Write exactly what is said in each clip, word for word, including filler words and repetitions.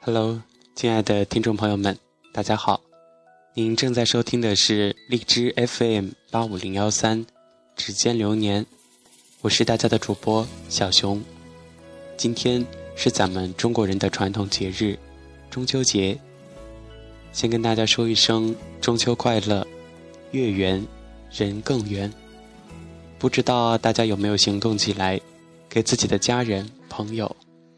Hello， 亲爱的听众朋友们，大家好。您正在收听的是荔枝 F M 八五零一三指尖流年，我是大家的主播小熊。今天是咱们中国人的传统节日中秋节，先跟大家说一声中秋快乐，月圆人更圆。不知道大家有没有行动起来，给自己的家人朋友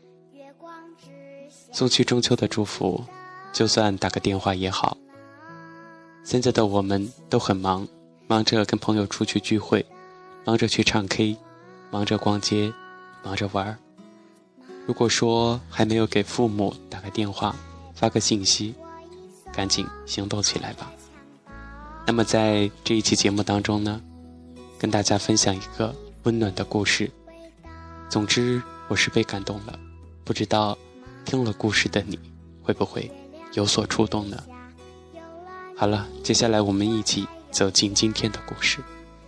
送去中秋的祝福，就算打个电话也好。现在的我们都很忙，忙着跟朋友出去聚会，忙着去唱 K， 忙着逛街，忙着玩。如果说还没有给父母打个电话，发个信息，赶紧行动起来吧。那么在这一期节目当中呢，跟大家分享一个温暖的故事。总之我是被感动了，不知道听了故事的你会不会有所触动呢？好了，接下来我们一起走进今天的故事。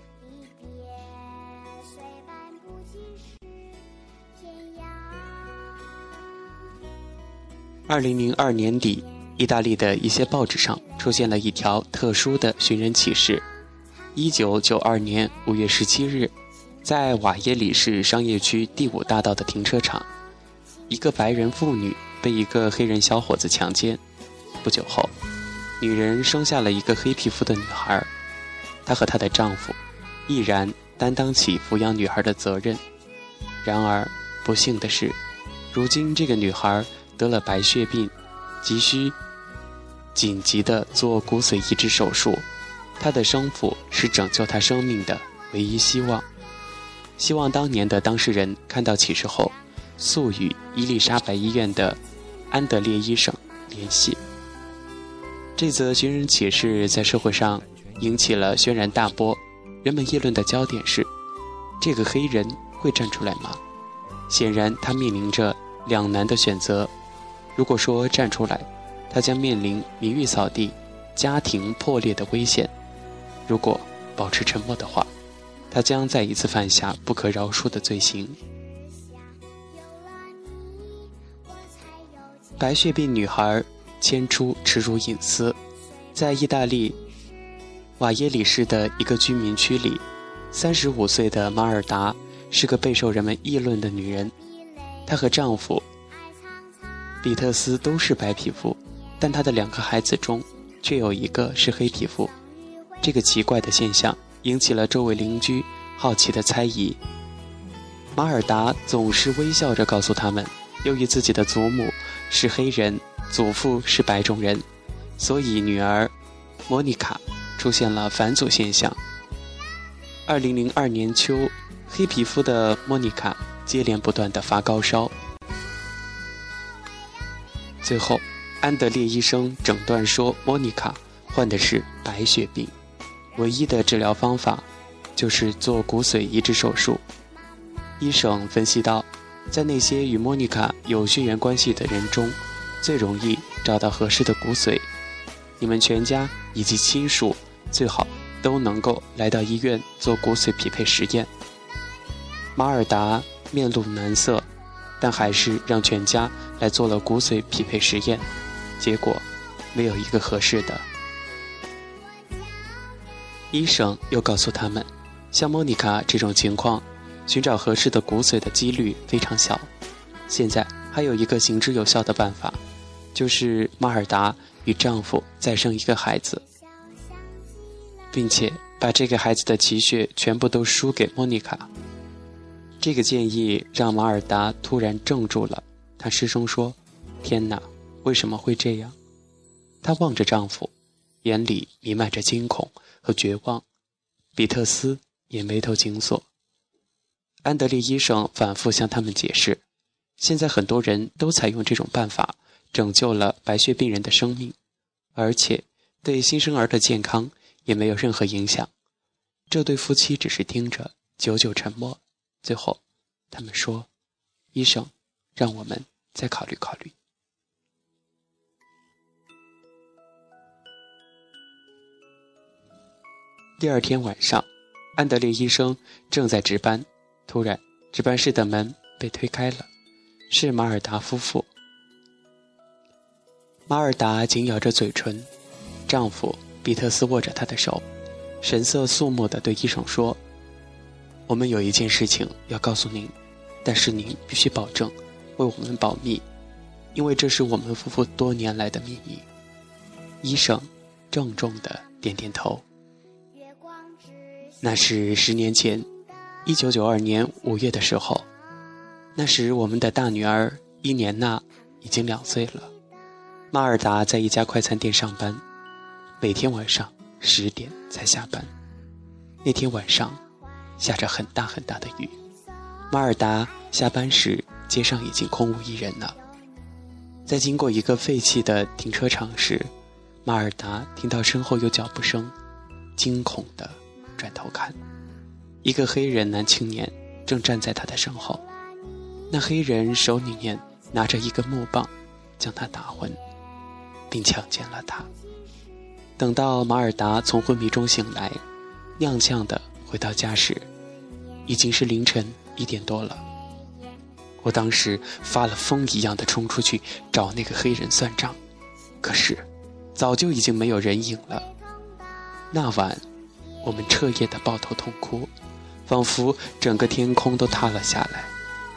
二零零二年底，意大利的一些报纸上出现了一条特殊的寻人启事。一九九二年五月十七日，在瓦耶里市商业区第五大道的停车场，一个白人妇女被一个黑人小伙子强奸。不久后，女人生下了一个黑皮肤的女孩，她和她的丈夫毅然担当起抚养女孩的责任。然而不幸的是，如今这个女孩得了白血病，急需紧急的做骨髓移植手术。她的生父是拯救她生命的唯一希望。希望当年的当事人看到启事后，速与伊丽莎白医院的安德烈医生联系。这则寻人启事在社会上引起了轩然大波，人们议论的焦点是：这个黑人会站出来吗？显然他面临着两难的选择。如果说站出来，他将面临名誉扫地、家庭破裂的危险；如果保持沉默的话，他将再一次犯下不可饶恕的罪行。白血病女孩牵出耻辱隐私。在意大利瓦耶里市的一个居民区里，三十五岁的马尔达是个备受人们议论的女人。她和丈夫比特斯都是白皮肤，但她的两个孩子中却有一个是黑皮肤。这个奇怪的现象引起了周围邻居好奇的猜疑。马尔达总是微笑着告诉他们，由于自己的祖母是黑人，祖父是白种人，所以女儿莫妮卡出现了返祖现象。二零零二年秋，黑皮肤的莫妮卡接连不断地发高烧，最后安德烈医生诊断说莫妮卡患的是白血病，唯一的治疗方法就是做骨髓移植手术。医生分析到，在那些与莫妮卡有血缘关系的人中，最容易找到合适的骨髓。你们全家以及亲属最好都能够来到医院做骨髓匹配实验。马尔达面露难色，但还是让全家来做了骨髓匹配实验，结果没有一个合适的。医生又告诉他们，像莫妮卡这种情况，寻找合适的骨髓的几率非常小。现在还有一个行之有效的办法，就是马尔达与丈夫再生一个孩子，并且把这个孩子的脐血全部都输给莫妮卡。这个建议让马尔达突然怔住了，她失声说：天哪，为什么会这样？她望着丈夫，眼里弥漫着惊恐和绝望。比特斯也眉头紧锁。安德烈医生反复向他们解释，现在很多人都采用这种办法，拯救了白血病人的生命，而且对新生儿的健康也没有任何影响。这对夫妻只是听着，久久沉默。最后他们说，医生，让我们再考虑考虑。第二天晚上，安德烈医生正在值班，突然值班室的门被推开了，是马尔达夫妇。 马尔达紧咬着嘴唇，丈夫比特斯握着她的手，神色肃穆地对医生说：我们有一件事情要告诉您，但是您必须保证为我们保密，因为这是我们夫妇多年来的秘密。医生郑重地点点头。那是十年前，一九九二年五月的时候，那时我们的大女儿伊莲娜已经两岁了。马尔达在一家快餐店上班，每天晚上十点才下班。那天晚上下着很大很大的雨，马尔达下班时街上已经空无一人了。在经过一个废弃的停车场时，马尔达听到身后有脚步声，惊恐地转头看，一个黑人男青年正站在他的身后。那黑人手里面拿着一根木棒，将他打昏并强奸了他。等到马尔达从昏迷中醒来，踉跄地回到家时，已经是凌晨一点多了。我当时发了疯一样的冲出去找那个黑人算账，可是早就已经没有人影了。那晚我们彻夜的抱头痛哭，仿佛整个天空都塌了下来。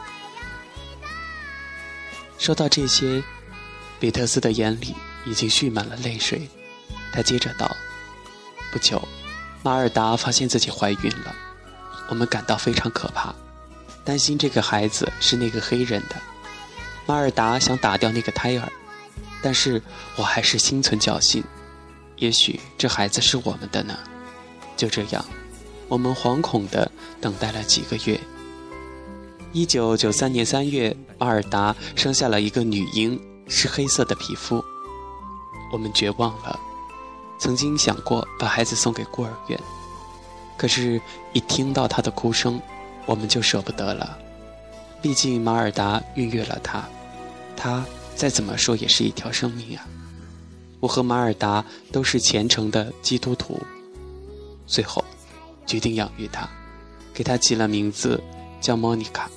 说到这些，比特斯的眼里已经蓄满了泪水。他接着道：不久，马尔达发现自己怀孕了，我们感到非常可怕，担心这个孩子是那个黑人的。马尔达想打掉那个胎儿，但是我还是心存侥幸，也许这孩子是我们的呢。就这样，我们惶恐地等待了几个月。一九九三年三月，马尔达生下了一个女婴，是黑色的皮肤。我们绝望了，曾经想过把孩子送给孤儿院，可是一听到她的哭声，我们就舍不得了。毕竟马尔达孕育了她，她再怎么说也是一条生命啊。我和马尔达都是虔诚的基督徒，最后决定养育她，给她起了名字叫莫妮卡。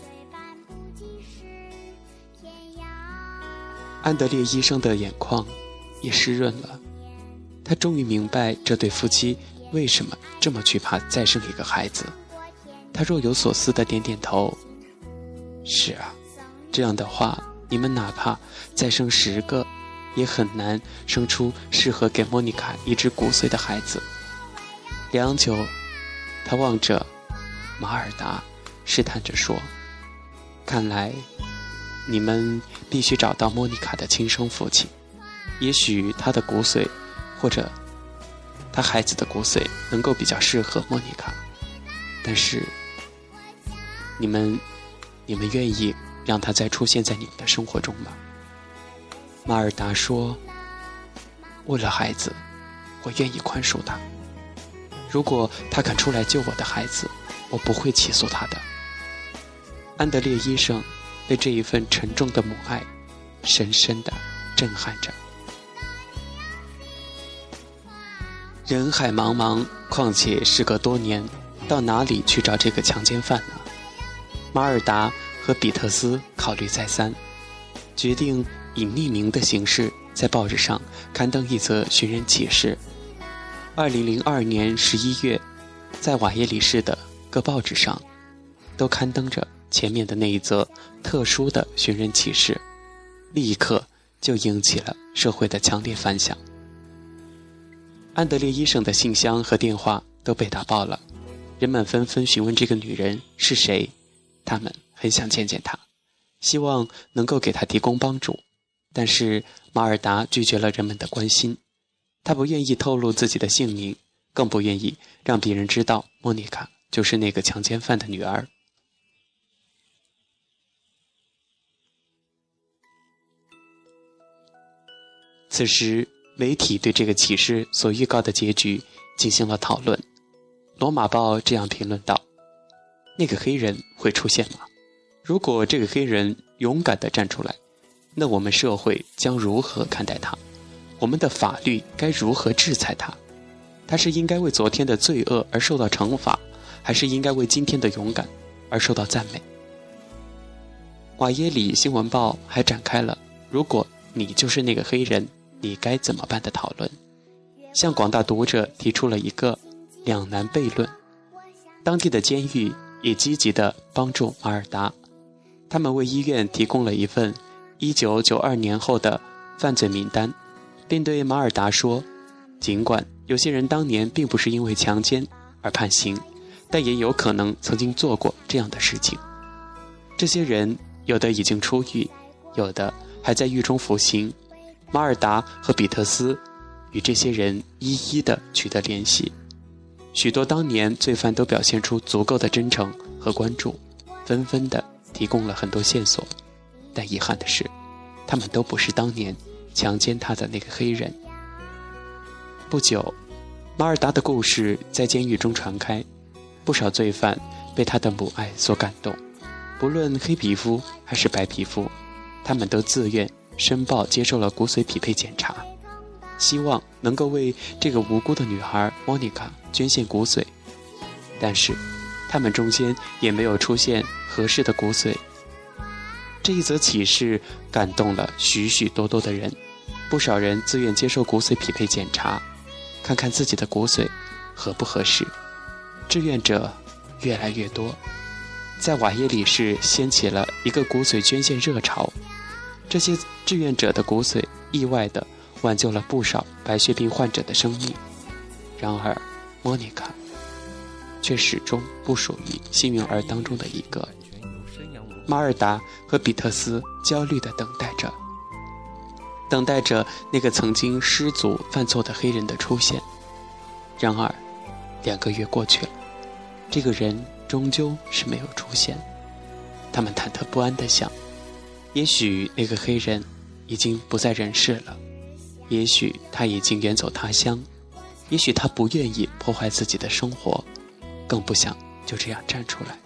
安德烈医生的眼眶也湿润了，他终于明白这对夫妻为什么这么惧怕再生一个孩子。他若有所思地点点头：是啊，这样的话，你们哪怕再生十个，也很难生出适合给莫妮卡一只骨髓的孩子。良久，他望着马尔达，试探着说：看来你们必须找到莫妮卡的亲生父亲，也许他的骨髓或者他孩子的骨髓能够比较适合莫妮卡，但是你们你们愿意让他再出现在你们的生活中吗？马尔达说：为了孩子，我愿意宽恕他。如果他肯出来救我的孩子，我不会起诉他的。安德烈医生被这一份沉重的母爱深深地震撼着。人海茫茫，况且时隔多年，到哪里去找这个强奸犯呢？马尔达和比特斯考虑再三，决定以匿名的形式在报纸上刊登一则寻人启事。二零零二年十一月，在瓦耶里市的各报纸上都刊登着前面的那一则特殊的寻人启事，立刻就引起了社会的强烈反响。安德烈医生的信箱和电话都被打爆了，人们纷纷询问这个女人是谁，他们很想见见她，希望能够给她提供帮助。但是马尔达拒绝了人们的关心，他不愿意透露自己的姓名，更不愿意让别人知道莫妮卡就是那个强奸犯的女儿。此时媒体对这个启示所预告的结局进行了讨论。罗马报这样评论道：那个黑人会出现吗？如果这个黑人勇敢地站出来，那我们社会将如何看待他？我们的法律该如何制裁他？他是应该为昨天的罪恶而受到惩罚，还是应该为今天的勇敢而受到赞美？瓦耶里新闻报还展开了如果你就是那个黑人你该怎么办的讨论，向广大读者提出了一个两难悖论。当地的监狱也积极地帮助马尔达，他们为医院提供了一份一九九二年后的犯罪名单，并对马尔达说，尽管有些人当年并不是因为强奸而判刑，但也有可能曾经做过这样的事情。这些人有的已经出狱，有的还在狱中服刑。马尔达和比特斯与这些人一一地取得联系，许多当年罪犯都表现出足够的真诚和关注，纷纷地提供了很多线索。但遗憾的是，他们都不是当年强奸他的那个黑人。不久，马尔达的故事在监狱中传开，不少罪犯被他的母爱所感动，不论黑皮肤还是白皮肤，他们都自愿申报接受了骨髓匹配检查，希望能够为这个无辜的女孩莫妮卡捐献骨髓。但是他们中间也没有出现合适的骨髓。这一则启事感动了许许多多的人，不少人自愿接受骨髓匹配检查，看看自己的骨髓合不合适。志愿者越来越多，在瓦耶里市掀起了一个骨髓捐献热潮。这些志愿者的骨髓意外地挽救了不少白血病患者的生命。然而莫妮卡却始终不属于幸运儿当中的一个。马尔达和比特斯焦虑地等待着，等待着那个曾经失足犯错的黑人的出现。然而两个月过去了，这个人终究是没有出现。他们忐忑不安地想，也许那个黑人已经不在人世了，也许他已经远走他乡，也许他不愿意破坏自己的生活，更不想就这样站出来。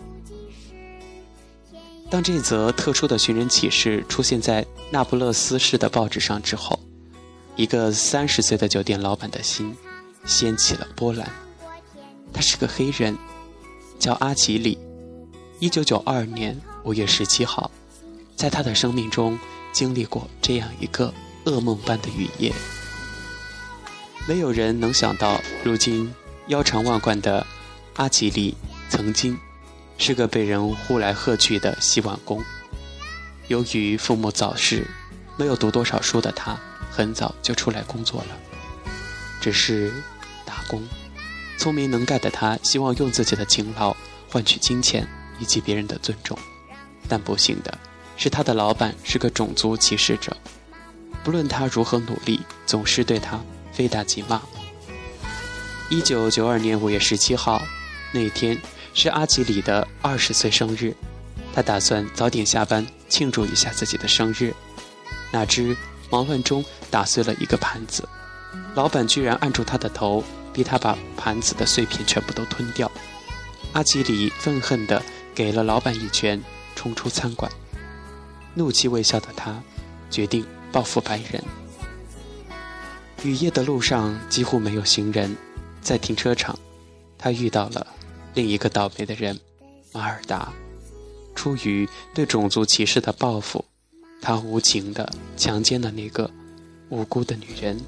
当这则特殊的寻人启事出现在那不勒斯市的报纸上之后，一个三十岁的酒店老板的心掀起了波澜。他是个黑人，叫阿吉里。一九九二年五月十七号，在他的生命中经历过这样一个噩梦般的雨夜。没有人能想到，如今腰缠万贯的阿吉里曾经是个被人呼来喝去的洗碗工。由于父母早逝，没有读多少书的他很早就出来工作了，只是打工。聪明能干的他希望用自己的勤劳换取金钱以及别人的尊重，但不幸的是，他的老板是个种族歧视者，不论他如何努力，总是对他非打即骂。一九九二年五月十七号，那天是阿吉里的二十岁生日，他打算早点下班庆祝一下自己的生日，哪知忙乱中打碎了一个盘子，老板居然按住他的头，逼他把盘子的碎片全部都吞掉。阿吉里愤恨地给了老板一拳，冲出餐馆。怒气未消的他决定报复白人。雨夜的路上几乎没有行人，在停车场他遇到了另一个倒霉的人，马尔达。出于对种族歧视的报复，他无情地强奸了那个无辜的女人。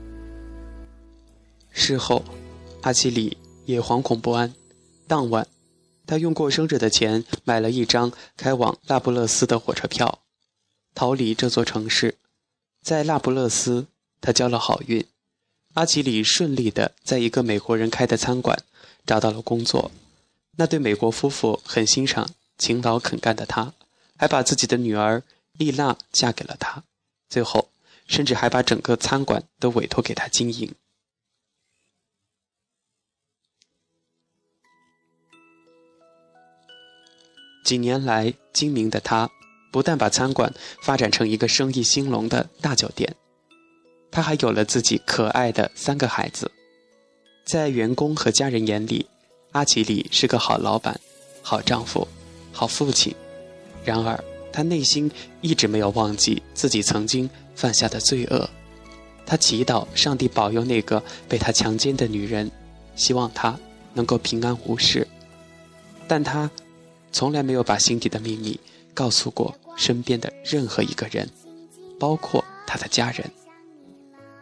事后阿基里也惶恐不安。当晚他用过生日的钱买了一张开往那不勒斯的火车票，逃离这座城市。在那不勒斯他交了好运，阿基里顺利地在一个美国人开的餐馆找到了工作。那对美国夫妇很欣赏勤劳肯干的他，还把自己的女儿丽娜嫁给了他，最后甚至还把整个餐馆都委托给他经营。几年来，精明的他不但把餐馆发展成一个生意兴隆的大酒店，他还有了自己可爱的三个孩子。在员工和家人眼里，阿吉里是个好老板、好丈夫、好父亲。然而他内心一直没有忘记自己曾经犯下的罪恶。他祈祷上帝保佑那个被他强奸的女人，希望她能够平安无事。但他从来没有把心底的秘密告诉过身边的任何一个人，包括他的家人。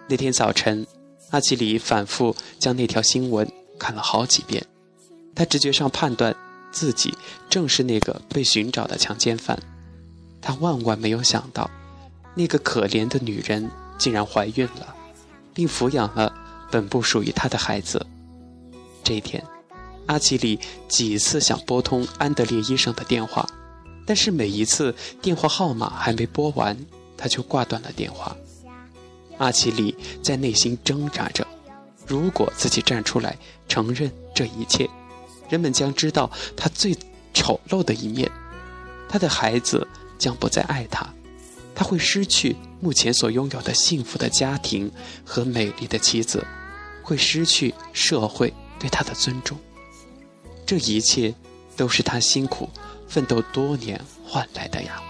那天早晨，阿奇里反复将那条新闻看了好几遍，他直觉上判断自己正是那个被寻找的强奸犯。他万万没有想到，那个可怜的女人竟然怀孕了，并抚养了本不属于她的孩子。这一天，阿奇里几次想拨通安德烈医生的电话，但是每一次电话号码还没拨完，他就挂断了电话。阿奇里在内心挣扎着，如果自己站出来承认这一切，人们将知道他最丑陋的一面，他的孩子将不再爱他，他会失去目前所拥有的幸福的家庭和美丽的妻子，会失去社会对他的尊重。这一切都是他辛苦奋斗多年换来的呀。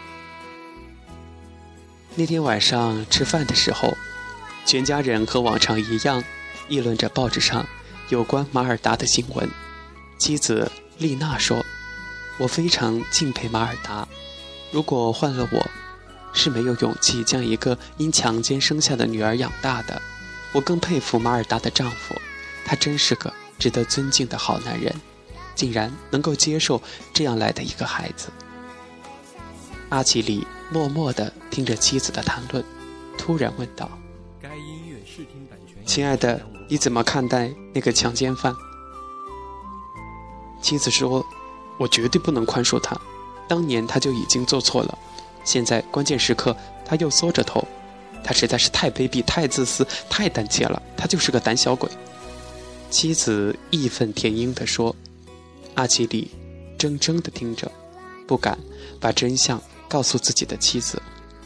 那天晚上吃饭的时候，全家人和往常一样议论着报纸上有关马尔达的新闻。妻子丽娜说，我非常敬佩马尔达，如果换了我，是没有勇气将一个因强奸生下的女儿养大的。我更佩服马尔达的丈夫，他真是个值得尊敬的好男人，竟然能够接受这样来的一个孩子。阿奇里默默地听着妻子的谈论，突然问道，该音乐视听版权，亲爱的，你怎么看待那个强奸犯？妻子说，我绝对不能宽恕他，当年他就已经做错了，现在关键时刻他又缩着头，他实在是太卑鄙太自私太胆怯了，他就是个胆小鬼。妻子义愤填膺地说。阿奇里怔怔地听着，不敢把真相告诉自己的妻子。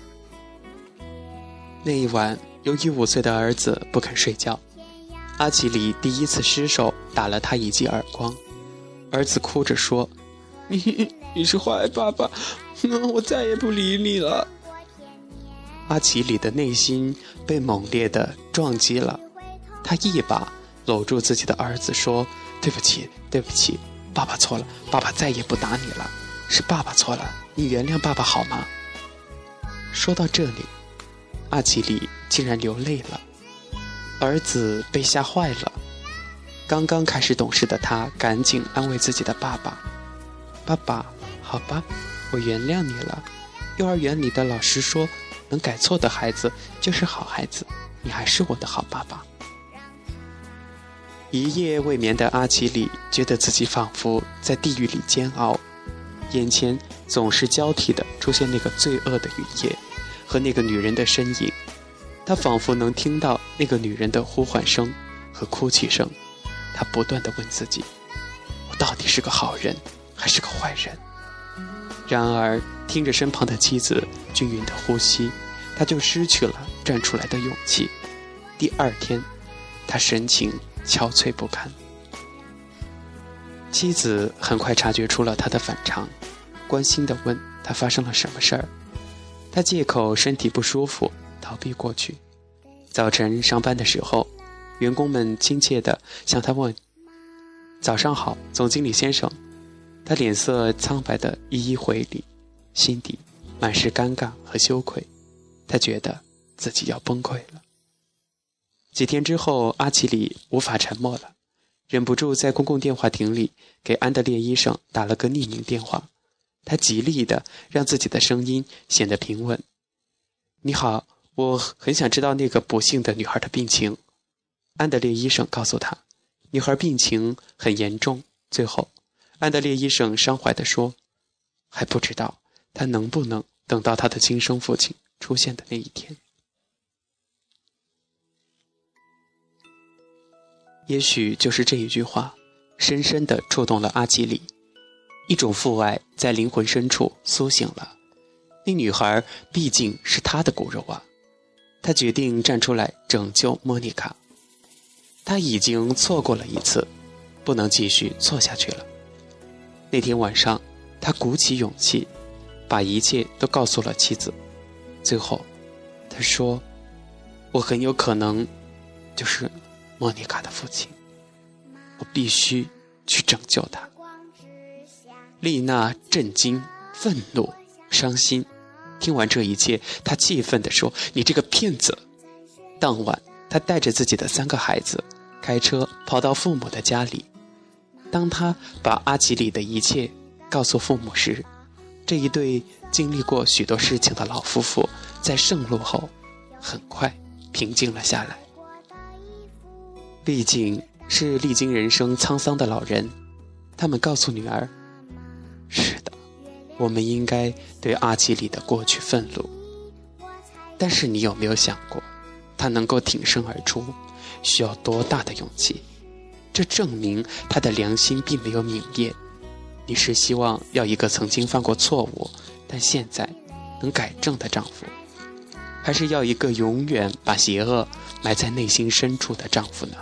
那一晚，由于五岁的儿子不肯睡觉，阿奇里第一次失手打了他一记耳光。儿子哭着说，你你是坏爸爸，我再也不理你了。阿奇里的内心被猛烈地撞击了，他一把搂住自己的儿子说，对不起对不起，爸爸错了，爸爸再也不打你了，是爸爸错了，你原谅爸爸好吗？说到这里，阿奇里竟然流泪了。儿子被吓坏了，刚刚开始懂事的他赶紧安慰自己的爸爸，爸爸好吧，我原谅你了，幼儿园里的老师说，能改错的孩子就是好孩子，你还是我的好爸爸。一夜未眠的阿奇里觉得自己仿佛在地狱里煎熬，眼前总是交替地出现那个罪恶的雨夜和那个女人的身影，他仿佛能听到那个女人的呼唤声和哭泣声。他不断地问自己，我到底是个好人还是个坏人？然而听着身旁的妻子均匀的呼吸，他就失去了站出来的勇气。第二天，他神情憔悴不堪。妻子很快察觉出了他的反常，关心地问他发生了什么事儿。他借口身体不舒服逃避过去。早晨上班的时候，员工们亲切地向他问，早上好，总经理先生。他脸色苍白地一一回礼，心底满是尴尬和羞愧，他觉得自己要崩溃了。几天之后，阿奇里无法沉默了，忍不住在公共电话亭里给安德烈医生打了个匿名电话。他极力地让自己的声音显得平稳。你好，我很想知道那个不幸的女孩的病情。安德烈医生告诉他，女孩病情很严重。最后，安德烈医生伤怀地说，还不知道他能不能等到他的亲生父亲出现的那一天。也许就是这一句话，深深地触动了阿基里，一种父爱在灵魂深处苏醒了。那女孩毕竟是他的骨肉啊，他决定站出来拯救莫妮卡。他已经错过了一次，不能继续错下去了。那天晚上，他鼓起勇气，把一切都告诉了妻子。最后，他说，我很有可能就是莫妮卡的父亲，我必须去拯救她。丽娜震惊、愤怒、伤心，听完这一切，她气愤地说，你这个骗子！ 当晚，他带着自己的三个孩子开车跑到父母的家里。当他把阿奇里的一切告诉父母时，这一对经历过许多事情的老夫妇在盛怒后很快平静了下来。毕竟是历经人生沧桑的老人，他们告诉女儿，是的，我们应该对阿奇里的过去愤怒，但是你有没有想过，他能够挺身而出需要多大的勇气？这证明他的良心并没有泯灭。你是希望要一个曾经犯过错误但现在能改正的丈夫，还是要一个永远把邪恶埋在内心深处的丈夫呢？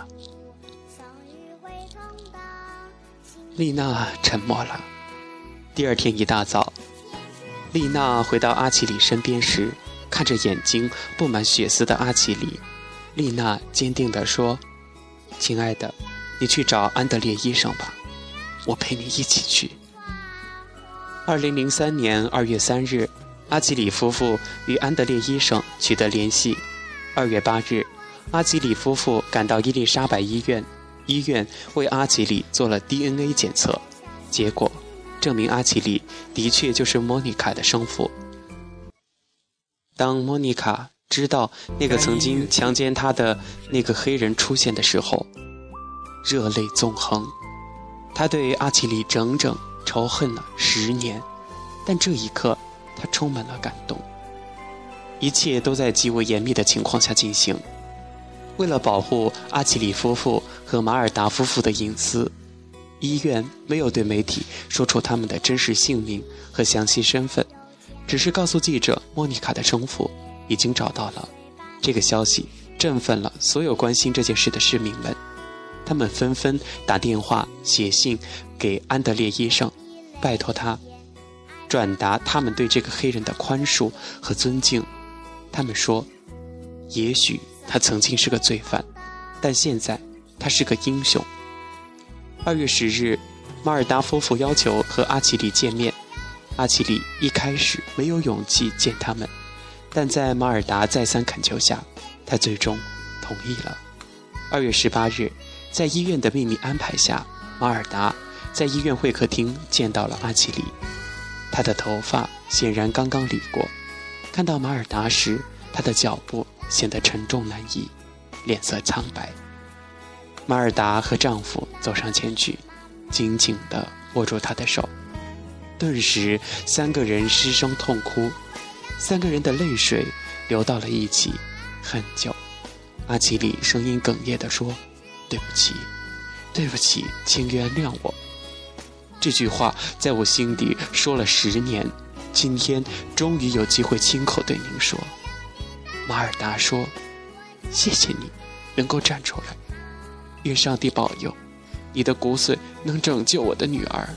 丽娜沉默了。第二天一大早，丽娜回到阿奇里身边时，看着眼睛布满血丝的阿奇里，丽娜坚定地说，亲爱的，你去找安德烈医生吧，我陪你一起去。二零零三年二月三日，阿奇里夫妇与安德烈医生取得联系。二月八日，阿奇里夫妇赶到伊丽莎白医院，医院为阿奇里做了 D N A 检测，结果证明阿奇里的确就是莫妮卡的生父。当莫妮卡知道那个曾经强奸她的那个黑人出现的时候，热泪纵横。她对阿奇里整整仇恨了十年，但这一刻她充满了感动。一切都在极为严密的情况下进行。为了保护阿奇里夫妇和马尔达夫妇的隐私，医院没有对媒体说出他们的真实姓名和详细身份，只是告诉记者莫妮卡的生父已经找到了。这个消息振奋了所有关心这件事的市民们，他们纷纷打电话写信给安德烈医生，拜托他转达他们对这个黑人的宽恕和尊敬。他们说，也许他曾经是个罪犯，但现在他是个英雄。二月十日，马尔达夫妇要求和阿奇里见面。阿奇里一开始没有勇气见他们，但在马尔达再三恳求下，他最终同意了。二月十八日，在医院的秘密安排下，马尔达在医院会客厅见到了阿奇里。他的头发显然刚刚理过，看到马尔达时，他的脚步显得沉重难移，脸色苍白。马尔达和丈夫走上前去，紧紧地握住她的手。顿时三个人失声痛哭，三个人的泪水流到了一起。很久，阿奇里声音哽咽地说，对不起，对不起，请原谅我。这句话在我心底说了十年，今天终于有机会亲口对您说。马尔达说，谢谢你能够站出来，愿上帝保佑你的骨髓能拯救我的女儿。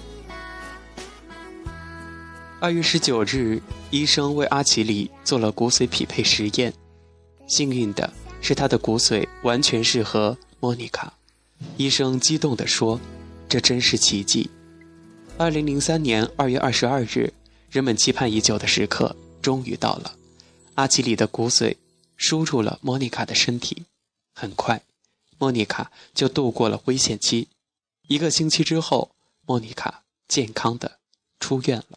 二月十九日，医生为阿奇里做了骨髓匹配实验，幸运的是他的骨髓完全适合莫妮卡。医生激动地说，这真是奇迹。二零零三年二月二十二日，人们期盼已久的时刻终于到了。阿奇里的骨髓输入了莫妮卡的身体，很快莫妮卡就度过了危险期。一个星期之后，莫妮卡健康地出院了。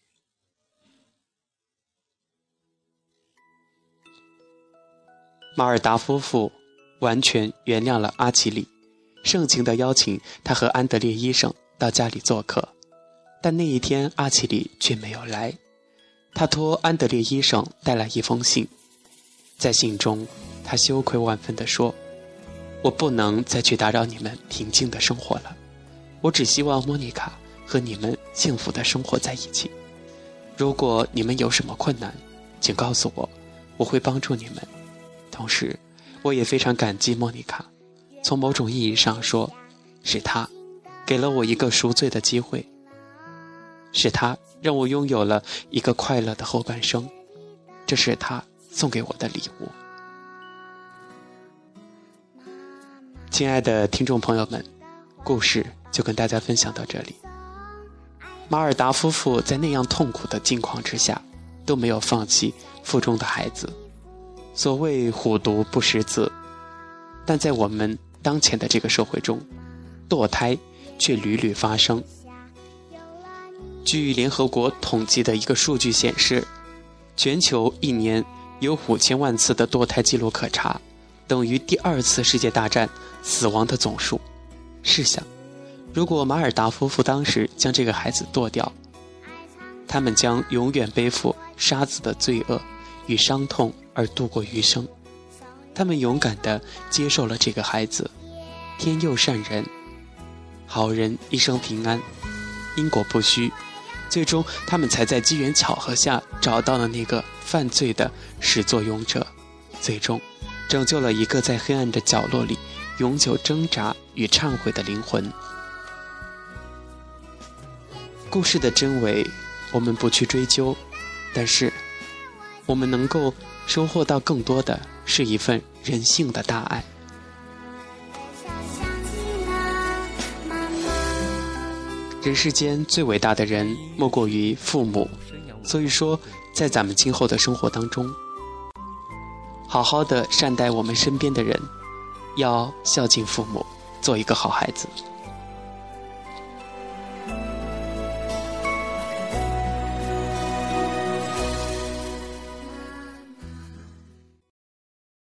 马尔达夫妇完全原谅了阿奇里，盛情地邀请他和安德烈医生到家里做客。但那一天阿奇里却没有来，他托安德烈医生带来一封信。在信中，他羞愧万分地说，我不能再去打扰你们平静的生活了，我只希望莫妮卡和你们幸福地生活在一起。如果你们有什么困难，请告诉我，我会帮助你们。同时我也非常感激莫妮卡，从某种意义上说，是她给了我一个赎罪的机会，是她让我拥有了一个快乐的后半生，这是她送给我的礼物。亲爱的听众朋友们，故事就跟大家分享到这里。马尔达夫妇在那样痛苦的境况之下，都没有放弃腹中的孩子。 所谓虎毒不食子，但在我们当前的这个社会中，堕胎却屡屡发生。据联合国统计的一个数据显示，全球一年有五千万次的堕胎记录可查，等于第二次世界大战死亡的总数。试想，如果马尔达夫妇当时将这个孩子剁掉，他们将永远背负杀子的罪恶与伤痛而度过余生。他们勇敢地接受了这个孩子，天佑善人，好人一生平安，因果不虚。最终他们才在机缘巧合下找到了那个犯罪的始作俑者，最终拯救了一个在黑暗的角落里永久挣扎与忏悔的灵魂。故事的真伪我们不去追究，但是我们能够收获到更多的是一份人性的大爱。人世间最伟大的人莫过于父母，所以说在咱们今后的生活当中，好好的善待我们身边的人，要孝敬父母，做一个好孩子。